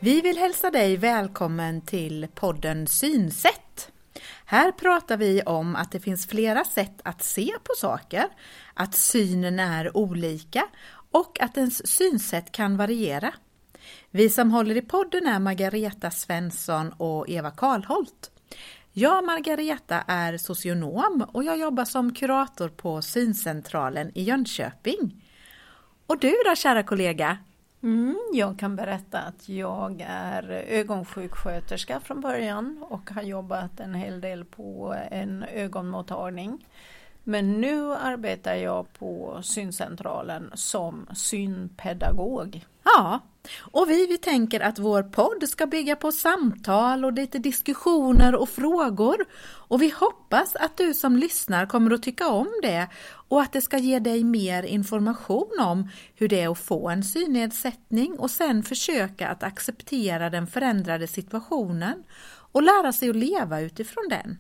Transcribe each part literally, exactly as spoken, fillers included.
Vi vill hälsa dig välkommen till podden Synsätt. Här pratar vi om att det finns flera sätt att se på saker, att synen är olika och att ens synsätt kan variera. Vi som håller i podden är Margareta Svensson och Eva Karlholt. Jag, Margareta, är socionom och jag jobbar som kurator på Syncentralen i Jönköping. Och du då, kära kollega? Mm, jag kan berätta att jag är ögonsjuksköterska från början och har jobbat en hel del på en ögonmottagning. Men nu arbetar jag på Syncentralen som synpedagog. Ja, och vi, vi tänker att vår podd ska bygga på samtal och lite diskussioner och frågor. Och vi hoppas att du som lyssnar kommer att tycka om det och att det ska ge dig mer information om hur det är att få en synnedsättning och sen försöka att acceptera den förändrade situationen och lära sig att leva utifrån den.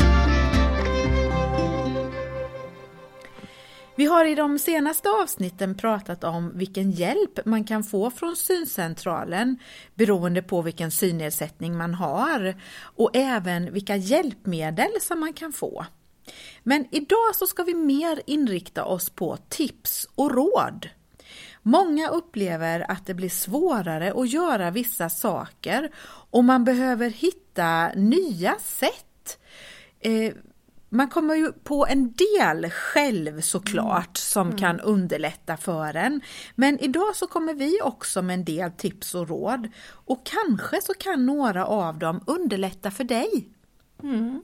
Vi har i de senaste avsnitten pratat om vilken hjälp man kan få från Syncentralen beroende på vilken synnedsättning man har och även vilka hjälpmedel som man kan få. Men idag så ska vi mer inrikta oss på tips och råd. Många upplever att det blir svårare att göra vissa saker och man behöver hitta nya sätt. Eh, Man kommer ju på en del själv såklart mm. som mm. kan underlätta för en. Men idag så kommer vi också med en del tips och råd. Och kanske så kan några av dem underlätta för dig. Mm.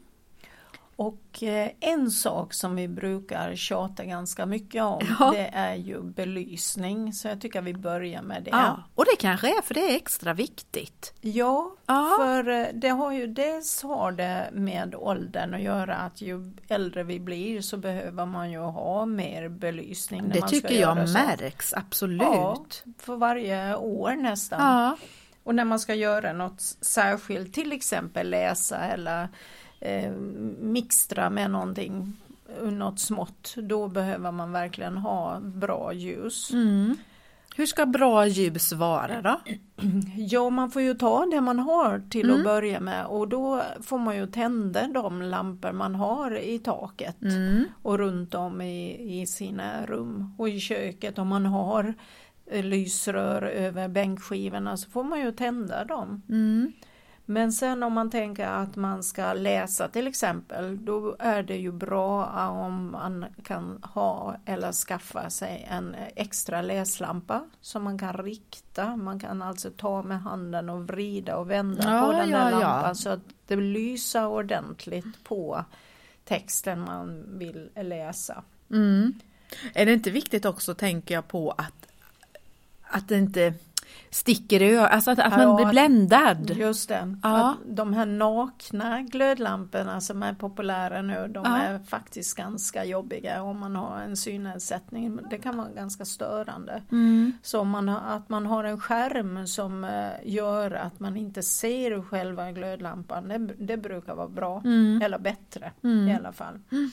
Och eh, en sak som vi brukar tjata ganska mycket om, ja. det är ju belysning. Så jag tycker vi börjar med det. Ja, och det kanske är för det är extra viktigt. Ja, ja. för det har ju dels har det med åldern att göra att ju äldre vi blir så behöver man ju ha mer belysning. När det man tycker ska jag göra märks, så. Absolut. Ja, för varje år nästan. Ja. Och när man ska göra något särskilt, till exempel läsa eller Eh, mixtra med någonting, något smått, då behöver man verkligen ha bra ljus. Mm. Hur ska bra ljus vara då? Ja, man får ju ta det man har till mm. att börja med och då får man ju tända de lampor man har i taket mm. och runt om i, i sina rum och i köket. Om man har eh, lysrör över bänkskivorna så får man ju tända dem. Mm. Men sen om man tänker att man ska läsa till exempel, då är det ju bra om man kan ha eller skaffa sig en extra läslampa som man kan rikta. Man kan alltså ta med handen och vrida och vända ja, på den ja, där lampan ja. så att det lyser ordentligt på texten man vill läsa. Mm. Är det inte viktigt också, tänker jag på, att, att det inte sticker i ögonen, alltså att, att ja, man blir bländad. Just det. Ja. Att de här nakna glödlamporna som är populära nu, de ja. är faktiskt ganska jobbiga om man har en synnedsättning. Det kan vara ganska störande. Mm. Så om man har, att man har en skärm som gör att man inte ser själva glödlampan, det, det brukar vara bra. Mm. Eller bättre mm. i alla fall. Mm.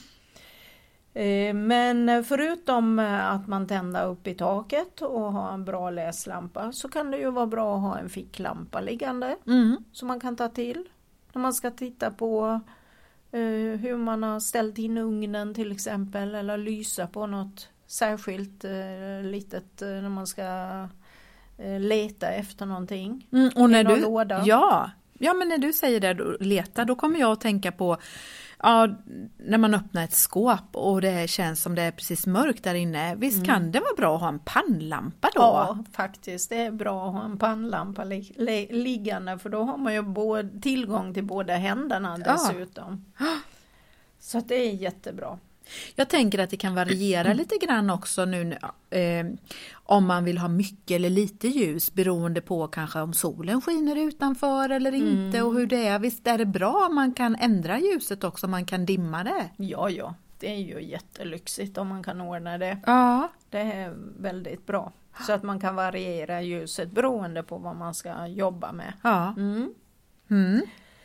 Men förutom att man tänder upp i taket och har en bra läslampa så kan det ju vara bra att ha en ficklampa liggande mm. som man kan ta till när man ska titta på uh, hur man har ställt in ugnen till exempel eller lysa på något särskilt uh, litet uh, när man ska uh, leta efter någonting. Mm, och när någon du, låda. Ja, ja, men när du säger det, leta, då kommer jag att tänka på ja, när man öppnar ett skåp och det känns som det är precis mörkt där inne. Visst mm. kan det vara bra att ha en pannlampa då? Ja, faktiskt. Det är bra att ha en pannlampa li- li- liggande för då har man ju både tillgång till båda händerna dessutom. Ja. Så det är jättebra. Jag tänker att det kan variera mm. lite grann också nu eh, om man vill ha mycket eller lite ljus beroende på kanske om solen skiner utanför eller inte mm. och hur det är. Visst är det bra om man kan ändra ljuset också, om man kan dimma det? Ja, ja. Det är ju jättelyxigt om man kan ordna det. Ja. Det är väldigt bra. Så att man kan variera ljuset beroende på vad man ska jobba med. Ja. Mm. Mm.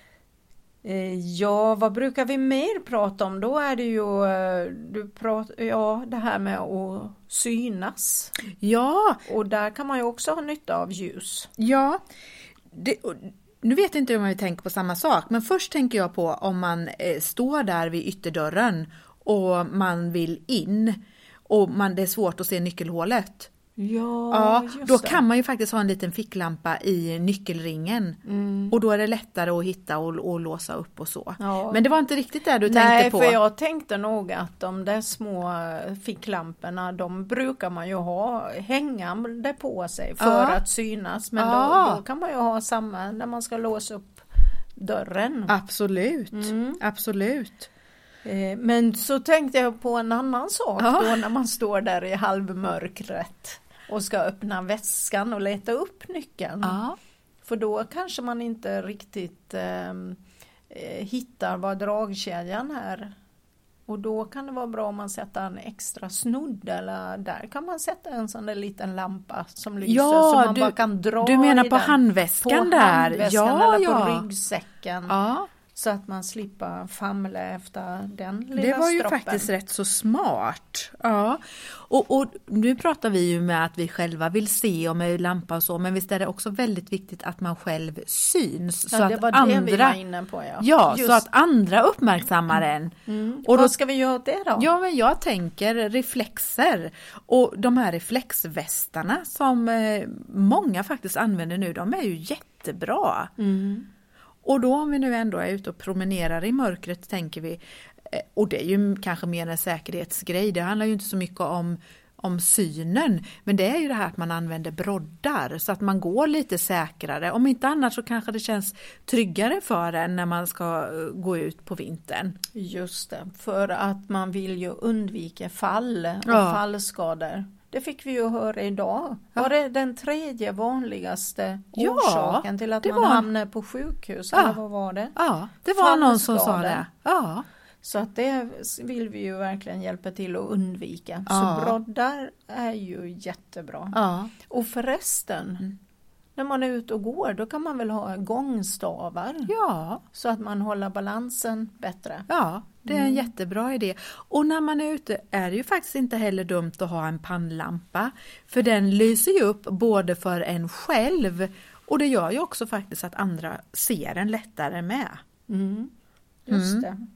Ja, vad brukar vi mer prata om? Då är det ju du prat, ja, det här med att synas. Ja. Och där kan man ju också ha nytta av ljus. Ja, det, nu vet jag inte om jag tänker på samma sak, men först tänker jag på om man eh, står där vid ytterdörren och man vill in och man, det är svårt att se nyckelhålet. Ja, Ja, just då det. kan man ju faktiskt ha en liten ficklampa i nyckelringen. Mm. Och då är det lättare att hitta och, och låsa upp och så. Ja. Men det var inte riktigt det du Nej, tänkte på. för jag tänkte nog att de där små ficklamporna, de brukar man ju ha hängande på sig för Ja. att synas. Men Ja. då, då kan man ju ha samma när man ska låsa upp dörren. Absolut, Mm. absolut. Eh, Men så tänkte jag på en annan sak Ja. då när man står där i halvmörkret och ska öppna väskan och leta upp nyckeln. Ja. För då kanske man inte riktigt eh, eh, hittar vad dragkedjan är. Och då kan det vara bra om man sätter en extra snudd eller där kan man sätta en sån där liten lampa som lyser Ja, så man du- bara kan dra Du menar i på den. handväskan På där? handväskan Ja, eller på ja. ryggsäcken. Ja, Så att man slipper famla efter den lilla det var ju stroppen. faktiskt rätt så smart. Ja. Och, och nu pratar vi ju med att vi själva vill se och med lampa och så, men visst är det också väldigt viktigt att man själv syns. Ja, så det att var andra, det vi var inne på. Ja, ja, Just. så att andra uppmärksammar en. Mm. Och då- Vad ska vi göra åt det då? Ja, men jag tänker reflexer och de här reflexvästarna som eh, många faktiskt använder nu, de är ju jättebra. Mm. Och då om vi nu ändå är ute och promenerar i mörkret tänker vi, eh, och det är ju kanske mer en säkerhetsgrej, det handlar ju inte så mycket om, om synen, men det är ju det här att man använder broddar så att man går lite säkrare. Om inte annat så kanske det känns tryggare för en när man ska eh, gå ut på vintern. Just det, för att man vill ju undvika fall och Ja. fallskador. Det fick vi ju höra idag. Ja. Var det den tredje vanligaste Ja, orsaken till att det man var- hamnar på sjukhus? Ja. Eller vad var det? Ja, det var någon som sa Fallskador. det. Ja. Så att det vill vi ju verkligen hjälpa till att undvika. Ja. Så broddar är ju jättebra. Ja. Och förresten, Mm. när man är ute och går då kan man väl ha gångstavar Ja. så att man håller balansen bättre. Ja, det är en Mm. jättebra idé. Och när man är ute är det ju faktiskt inte heller dumt att ha en pannlampa. För den lyser ju upp både för en själv och det gör ju också faktiskt att andra ser en lättare med. Mm. Just Mm. det.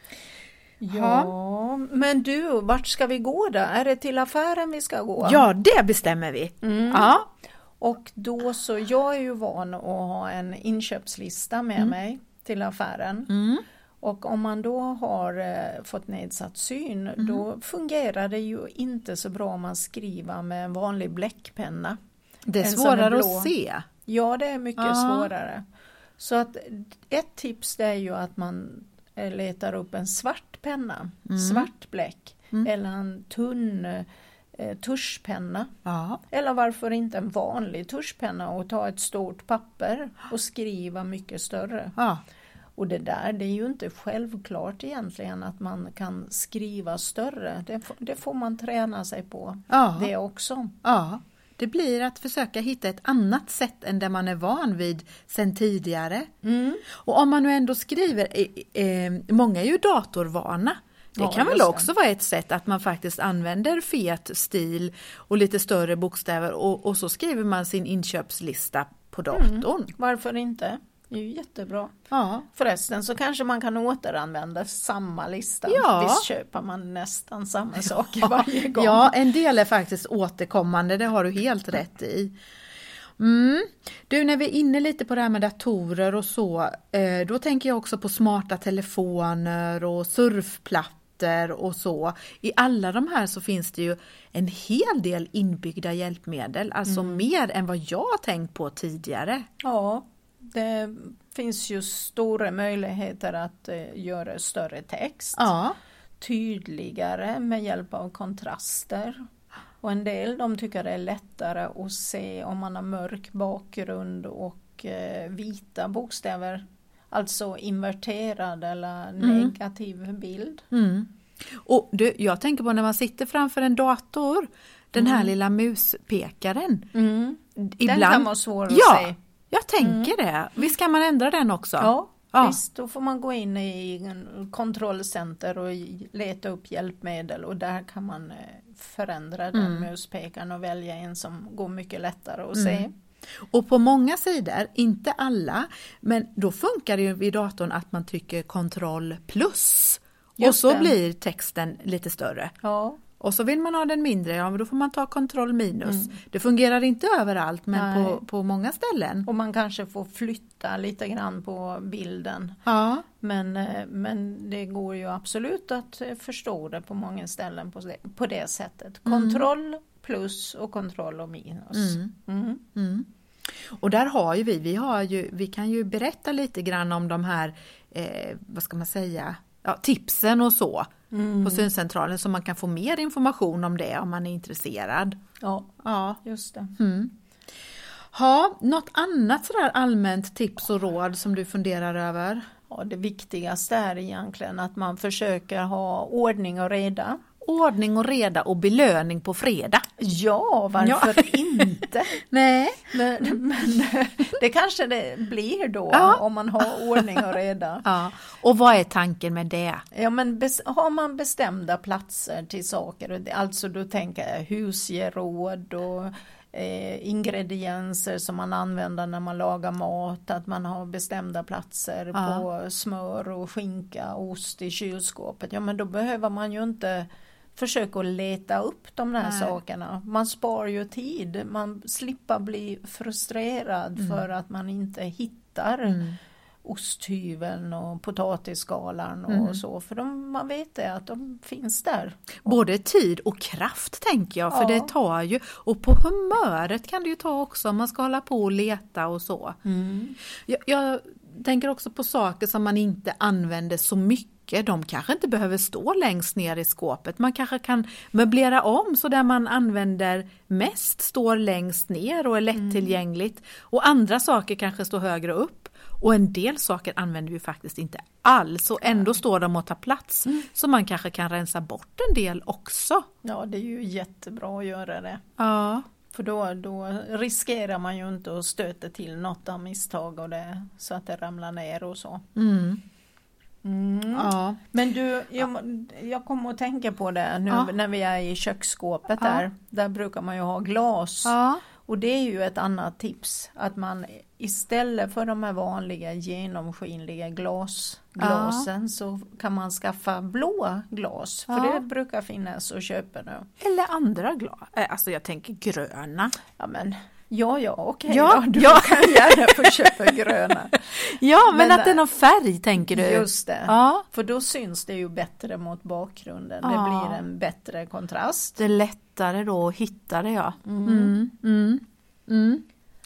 Ja, men du, vart ska vi gå då? Är det till affären vi ska gå? Ja, det bestämmer vi. Mm. Ja. Och då så, jag är ju van att ha en inköpslista med Mm. mig till affären. Mm. Och om man då har eh, fått nedsatt syn, Mm. då fungerar det ju inte så bra om man skriver med en vanlig bläckpenna. Det är En sån svårare blå. att se. Ja, det är mycket Ja. svårare. Så att ett tips det är ju att man eh, letar upp en svart penna, Mm. svart bläck, Mm. eller en tunn eh, tuschpenna. Ja. Eller varför inte en vanlig tuschpenna och ta ett stort papper och skriva mycket större. Ja. Och det där, det är ju inte självklart egentligen att man kan skriva större. Det, f- det får man träna sig på, Ja. det också. Ja. Det blir att försöka hitta ett annat sätt än det man är van vid sedan tidigare. Mm. Och om man nu ändå skriver, eh, eh, många är ju datorvana. Det Ja, kan väl just det. också vara ett sätt att man faktiskt använder fet stil och lite större bokstäver och, och så skriver man sin inköpslista på datorn. Varför inte? Det är ju jättebra. Ja. Förresten så kanske man kan återanvända samma lista. Ja. Visst köper man nästan samma saker varje gång. Ja, en del är faktiskt återkommande, det har du helt rätt i. Mm. Du, när vi är inne lite på det här med datorer och så, eh, då tänker jag också på smarta telefoner och surfplattor och så. I alla de här så finns det ju en hel del inbyggda hjälpmedel, alltså Mm. mer än vad jag har tänkt på tidigare. Ja, det finns ju stora möjligheter att eh, göra större text. Ja, Tydligare med hjälp av kontraster. Och en del de tycker det är lättare att se om man har mörk bakgrund och eh, vita bokstäver. Alltså inverterad eller negativ bild. mm. Och du, jag tänker på när man sitter framför en dator, den här Mm. lilla muspekaren. Mm. Ibland, Den kan vara svår att ja, se. jag tänker det. Visst kan man ändra den också? Ja, Ja. visst. Då får man gå in i en kontrollcenter och leta upp hjälpmedel och där kan man eh, förändra den Mm. muspekaren och välja en som går mycket lättare att Mm. se. Och på många sidor, inte alla, men då funkar det ju vid datorn att man trycker kontroll plus. Just och så det. Blir texten lite större. Ja. Och så vill man ha den mindre, ja men då får man ta kontroll minus. Mm. Det fungerar inte överallt, men på, på många ställen. Och man kanske får flytta lite grann på bilden. Ja. Men, men det går ju absolut att förstå det på många ställen på det, på det sättet. Kontroll mm. plus och kontroll och minus. Mm. Mm. Mm. Och där har ju vi, vi, har ju, vi kan ju berätta lite grann om de här, eh, vad ska man säga, ja, tipsen och så. Mm. På syncentralen, så man kan få mer information om det om man är intresserad. Ja, ja. just det. Mm. Ha, något annat sådär allmänt tips och råd som du funderar över? Ja, det viktigaste är egentligen att man försöker ha ordning och reda. Ordning och reda och belöning på fredag. Ja, varför ja. inte? Nej. Men, men det kanske det blir då ja. om man har ordning och reda. Ja. Och vad är tanken med det? Ja, men bes- har man bestämda platser till saker, alltså då tänker jag husgeråd och eh, ingredienser som man använder när man lagar mat, att man har bestämda platser ja. på smör och skinka och ost i kylskåpet. Ja, men då behöver man ju inte försöka att leta upp de här Nej. sakerna. Man spar ju tid. Man slipper bli frustrerad mm. för att man inte hittar mm. osthyveln och potatisskalan och mm. så. För de, man vet det att de finns där. Både tid och kraft tänker jag. För ja. det tar ju, och på humöret kan det ju ta också om man ska hålla på och leta och så. Mm. Jag, jag tänker också på saker som man inte använder så mycket. De kanske inte behöver stå längst ner i skåpet. Man kanske kan möblera om så där man använder mest står längst ner och är lättillgängligt. Mm. Och andra saker kanske står högre upp. Och en del saker använder vi faktiskt inte alls. Och ändå står de att ta plats. Mm. Så man kanske kan rensa bort en del också. Ja, det är ju jättebra att göra det. Ja. För då, då riskerar man ju inte att stöta till något av misstag och det, så att det ramlar ner och så. Mm. Mm. Ja. Men du, jag, jag kommer att tänka på det nu ja. när vi är i köksskåpet ja. där. Där brukar man ju ha glas. Ja. Och det är ju ett annat tips. Att man istället för de här vanliga genomskinliga glas, glasen ja. så kan man skaffa blå glas. För ja. det brukar finnas och köpa nu. Eller andra glas. Alltså jag tänker gröna. Ja men... Ja, ja, okej. Ja, då. Du ja. kan gärna få köpa gröna. Ja, men, men att det är någon färg, tänker du? Just det. Ja. För då syns det ju bättre mot bakgrunden. Ja. Det blir en bättre kontrast. Det är lättare då att hitta det, ja. Mm. Mm. Mm. Mm.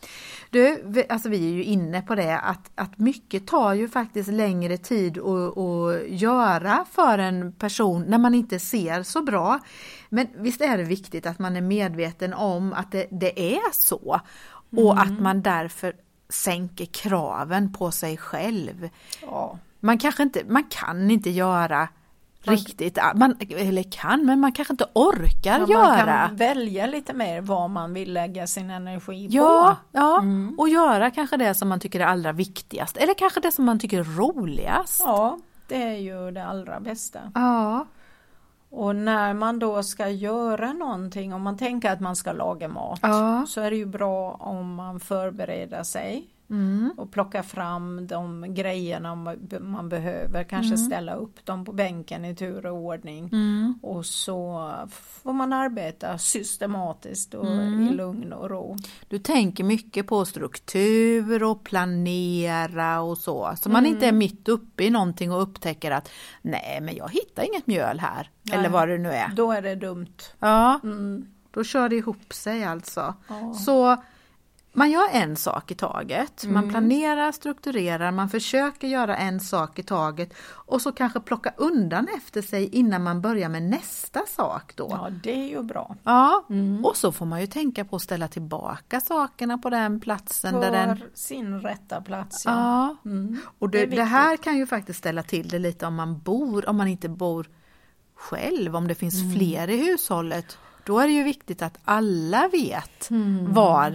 Du, vi, alltså vi är ju inne på det att, att mycket tar ju faktiskt längre tid att, att göra för en person när man inte ser så bra. Men visst är det viktigt att man är medveten om att det, det är så och Mm. att man därför sänker kraven på sig själv. Ja. Man kanske inte, man kan inte göra riktigt, man, eller kan, men man kanske inte orkar ja, göra. Man kan välja lite mer vad man vill lägga sin energi på. Ja, ja. Mm. Och göra kanske det som man tycker är allra viktigast. Eller kanske det som man tycker är roligast. Ja, det är ju det allra bästa. Ja. Och när man då ska göra någonting, om man tänker att man ska laga mat, ja. så är det ju bra om man förbereder sig. Mm. Och plocka fram de grejerna man behöver. Kanske mm. ställa upp dem på bänken i tur och ordning. Mm. Och så får man arbeta systematiskt och mm. i lugn och ro. Du tänker mycket på struktur och planera och så. Så mm. man inte är mitt uppe i någonting och upptäcker att nej, men jag hittar inget mjöl här. Nej. Eller vad det nu är. Då är det dumt. Ja, mm. då kör det ihop sig alltså. Ja. Så... Man gör en sak i taget, Mm. man planerar, strukturerar, man försöker göra en sak i taget och så kanske plocka undan efter sig innan man börjar med nästa sak då. Ja, det är ju bra. Ja, Mm. och så får man ju tänka på att ställa tillbaka sakerna på den platsen. För där den... sin rätta plats. Ja, Ja. Mm. och det, det, det här kan ju faktiskt ställa till det lite om man bor, om man inte bor själv, om det finns Mm. fler i hushållet. Då är det ju viktigt att alla vet Mm. var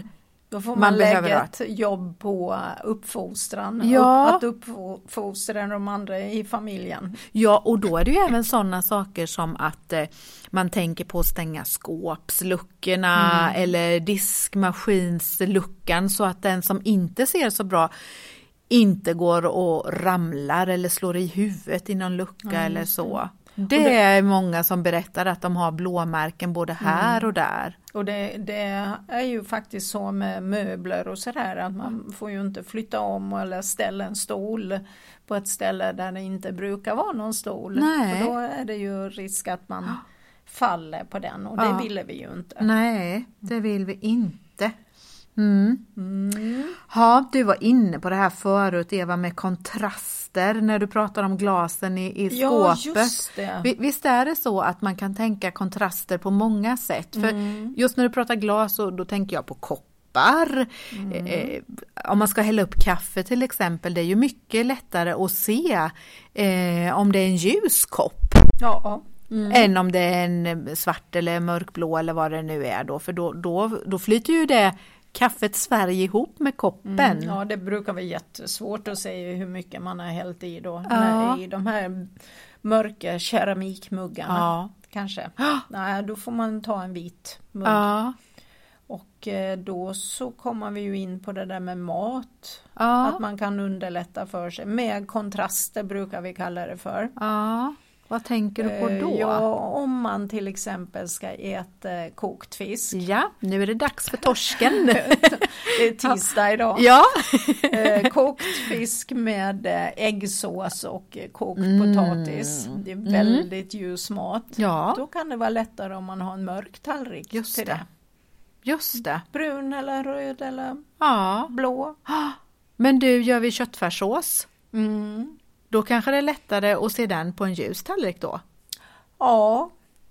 Då får man, Man lägga behöver ett jobb på uppfostran, Ja. upp, att uppfostra de andra i familjen. Ja, och då är det ju även sådana saker som att eh, man tänker på att stänga skåpsluckorna Mm. eller diskmaskinsluckan så att den som inte ser så bra inte går och ramlar eller slår i huvudet i någon lucka Ja, eller just så. Det, det- är många som berättar att de har blåmärken både här och där. Och det, det är ju faktiskt så med möbler och sådär att man får ju inte flytta om eller ställa en stol på ett ställe där det inte brukar vara någon stol. Nej. För då är det ju risk att man faller på den och det Ja. ville vi ju inte. Nej, det vill vi inte. Mm. Mm. Ja, du var inne på det här förut, Eva, med kontraster när du pratar om glasen i, i Ja, skåpet. just det. Vi- Visst är det så att man kan tänka kontraster på många sätt? För Mm. just när du pratar glas så då tänker jag på koppar. Mm. Eh, om man ska hälla upp kaffe till exempel, det är ju mycket lättare att se eh, om det är en ljus kopp. Ja. Mm. Än om det är en svart eller mörkblå eller vad det nu är då. För då, då, då flyter ju det kaffets färg ihop med koppen. Mm, ja, det brukar vara jättesvårt att säga hur mycket man har hällt i då. Ja. När, I de här mörka keramikmuggarna Ja. kanske. Nej, då får man ta en vit mugg. Ja. Och eh, då så kommer vi ju in på det där med mat. Ja. Att man kan underlätta för sig. Med kontraster brukar vi kalla det för. Ja. Vad tänker du på då? Eh, Ja, om man till exempel ska äta kokt fisk. Ja, nu är det dags för torsken. Det är tisdag idag. Ja. Eh, kokt fisk med eh, äggsås och eh, kokt Mm. potatis. Det är väldigt ljus mat. Ja, Då kan det vara lättare om man har en mörk tallrik just till det. det. Just det. Brun eller röd eller Ja. blå. Men du, gör vi köttfärssås? Mm. Då kanske det är lättare att se den på en ljus tallrik då. Ja,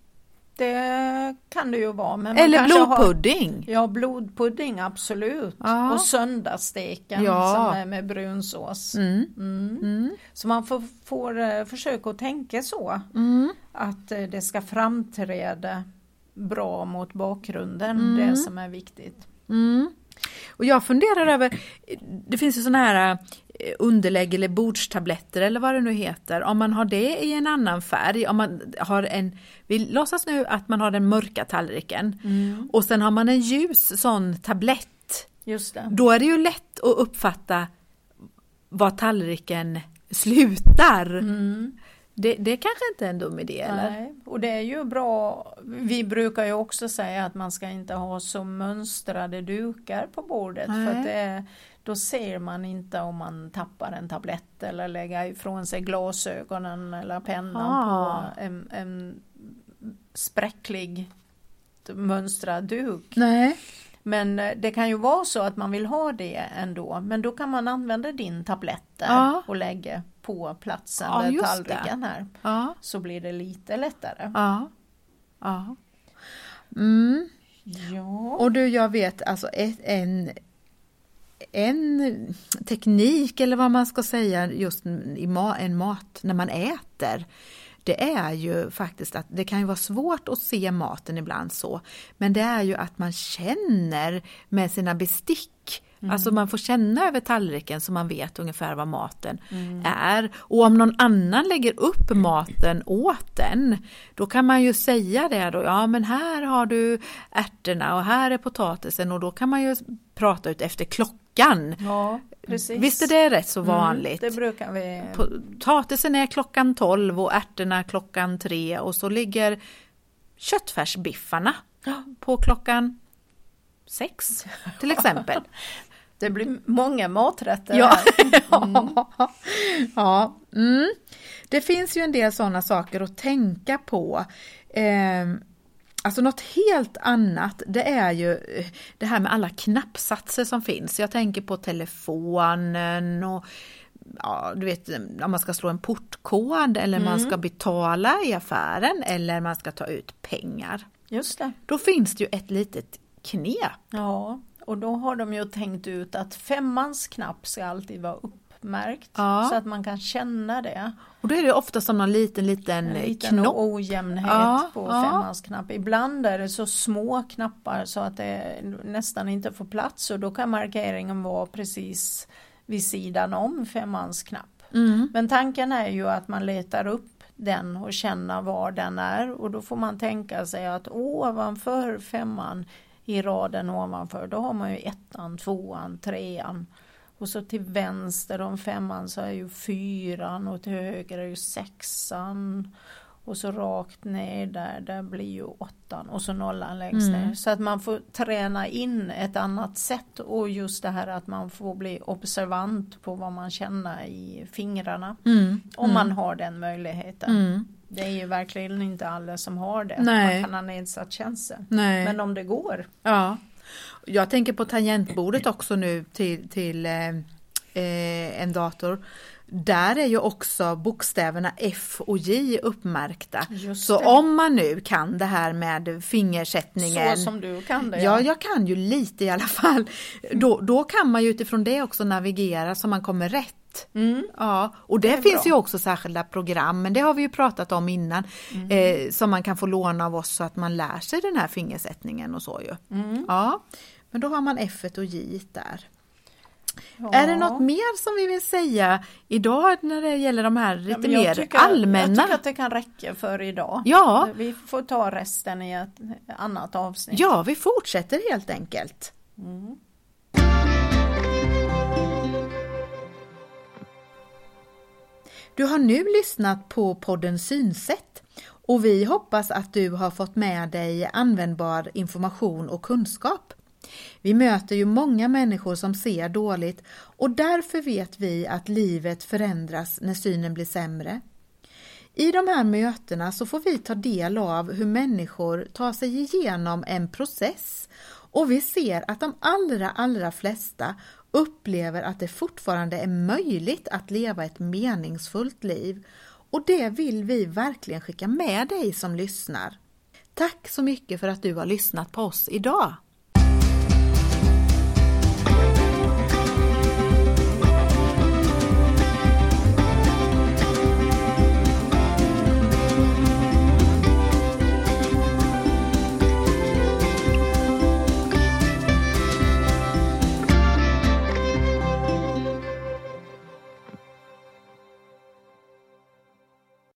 det kan det ju vara. Men man Eller kanske har- blodpudding. Ja, blodpudding absolut. Ja. Och söndagssteken Ja. som är med brunsås. Mm. Mm. Mm. Så man får, får eh, försöka att tänka så. Mm. Att eh, det ska framträda bra mot bakgrunden, Mm. det som är viktigt. Mm. Och jag funderar över, det finns ju sådana här eh, underlägg eller bordstabletter eller vad det nu heter. Om man har det i en annan färg, om man har en, vi låtsas nu att man har den mörka tallriken och sen har man en ljus sån tablett. Just det. Då är det ju lätt att uppfatta var tallriken slutar. Mm. Det, det kanske inte är en dum idé, eller? Nej. Och det är ju bra, vi brukar ju också säga att man ska inte ha så mönstrade dukar på bordet. Nej. För att det, då ser man inte om man tappar en tablett eller lägger ifrån sig glasögonen eller pennan Ah. på en, en spräcklig mönstrad duk. Nej. Men eh, det kan ju vara så att man vill ha det ändå. Men då kan man använda din tablett där Ja. och lägga på platsen Ja, där just tallriken här. Ja. Så blir det lite lättare. Ja. Ja. Mm. Ja. Och du, jag vet alltså ett, en, en teknik eller vad man ska säga just i ma, en mat när man äter. Det är ju faktiskt att det kan ju vara svårt att se maten ibland så. Men det är ju att man känner med sina bestick. Mm. Alltså man får känna över tallriken så man vet ungefär vad maten mm. är. Och om någon annan lägger upp maten åt den, då kan man ju säga det då. Ja, men här har du ärtorna och här är potatisen, och då kan man ju prata ut efter klockan. Ja, precis. Visst är det rätt så vanligt? Mm, det brukar vi. Potatisen är klockan tolv och ärtorna klockan tre, och så ligger köttfärsbiffarna på klockan sex till exempel. Det blir många maträtter. Ja. Mm. Ja. Mm. Det finns ju en del sådana saker att tänka på. Eh, alltså något helt annat, det är ju det här med alla knappsatser som finns. Jag tänker på telefonen och ja, du vet, om man ska slå en portkod eller mm. man ska betala i affären eller man ska ta ut pengar. Just det. Då finns det ju ett litet knep. Ja, och då har de ju tänkt ut att femmans knapp ska alltid vara upp. knappmärkt Ja. så att man kan känna det. Och då är det ofta som någon liten, liten, En liten knopp. ojämnhet Ja, på ja. femmansknapp. Ibland är det så små knappar så att det nästan inte får plats och då kan markeringen vara precis vid sidan om femmansknapp. Mm. Men tanken är ju att man letar upp den och känner var den är och då får man tänka sig att ovanför femman i raden ovanför då har man ju ettan, tvåan, trean och så till vänster om femman så är ju fyran och till höger är ju sexan och så rakt ner där, där blir ju åttan och så nollan längst Mm. ner. Så att man får träna in ett annat sätt och just det här att man får bli observant på vad man känner i fingrarna. Mm. Om Mm. man har den möjligheten. Mm. Det är ju verkligen inte alla som har det. Nej. Man kan ha nedsatt känsel. Nej. Men om det går. Ja. Jag tänker på tangentbordet också nu till, till eh, eh, en dator. Där är ju också bokstäverna F och J uppmärkta. Just Så det. om man nu kan det här med fingersättningen. Så som du kan det. Ja, jag kan ju lite i alla fall. Då, då kan man ju utifrån det också navigera så man kommer rätt. Mm. Ja, och det, Det är finns bra. ju också särskilda program, men det har vi ju pratat om innan, Mm. eh, som man kan få låna av oss så att man lär sig den här fingersättningen och så ju. Mm. Ja, men då har man F och J där. Ja. Är det något mer som vi vill säga idag när det gäller de här Ja, lite men jag mer tycker- allmänna? Jag tycker att det kan räcka för idag. Ja. Vi får ta resten i ett annat avsnitt. Ja, vi fortsätter helt enkelt. Mm. Du har nu lyssnat på podden Synsätt och vi hoppas att du har fått med dig användbar information och kunskap. Vi möter ju många människor som ser dåligt och därför vet vi att livet förändras när synen blir sämre. I de här mötena så får vi ta del av hur människor tar sig igenom en process och vi ser att de allra allra flesta upplever att det fortfarande är möjligt att leva ett meningsfullt liv och det vill vi verkligen skicka med dig som lyssnar. Tack så mycket för att du har lyssnat på oss idag.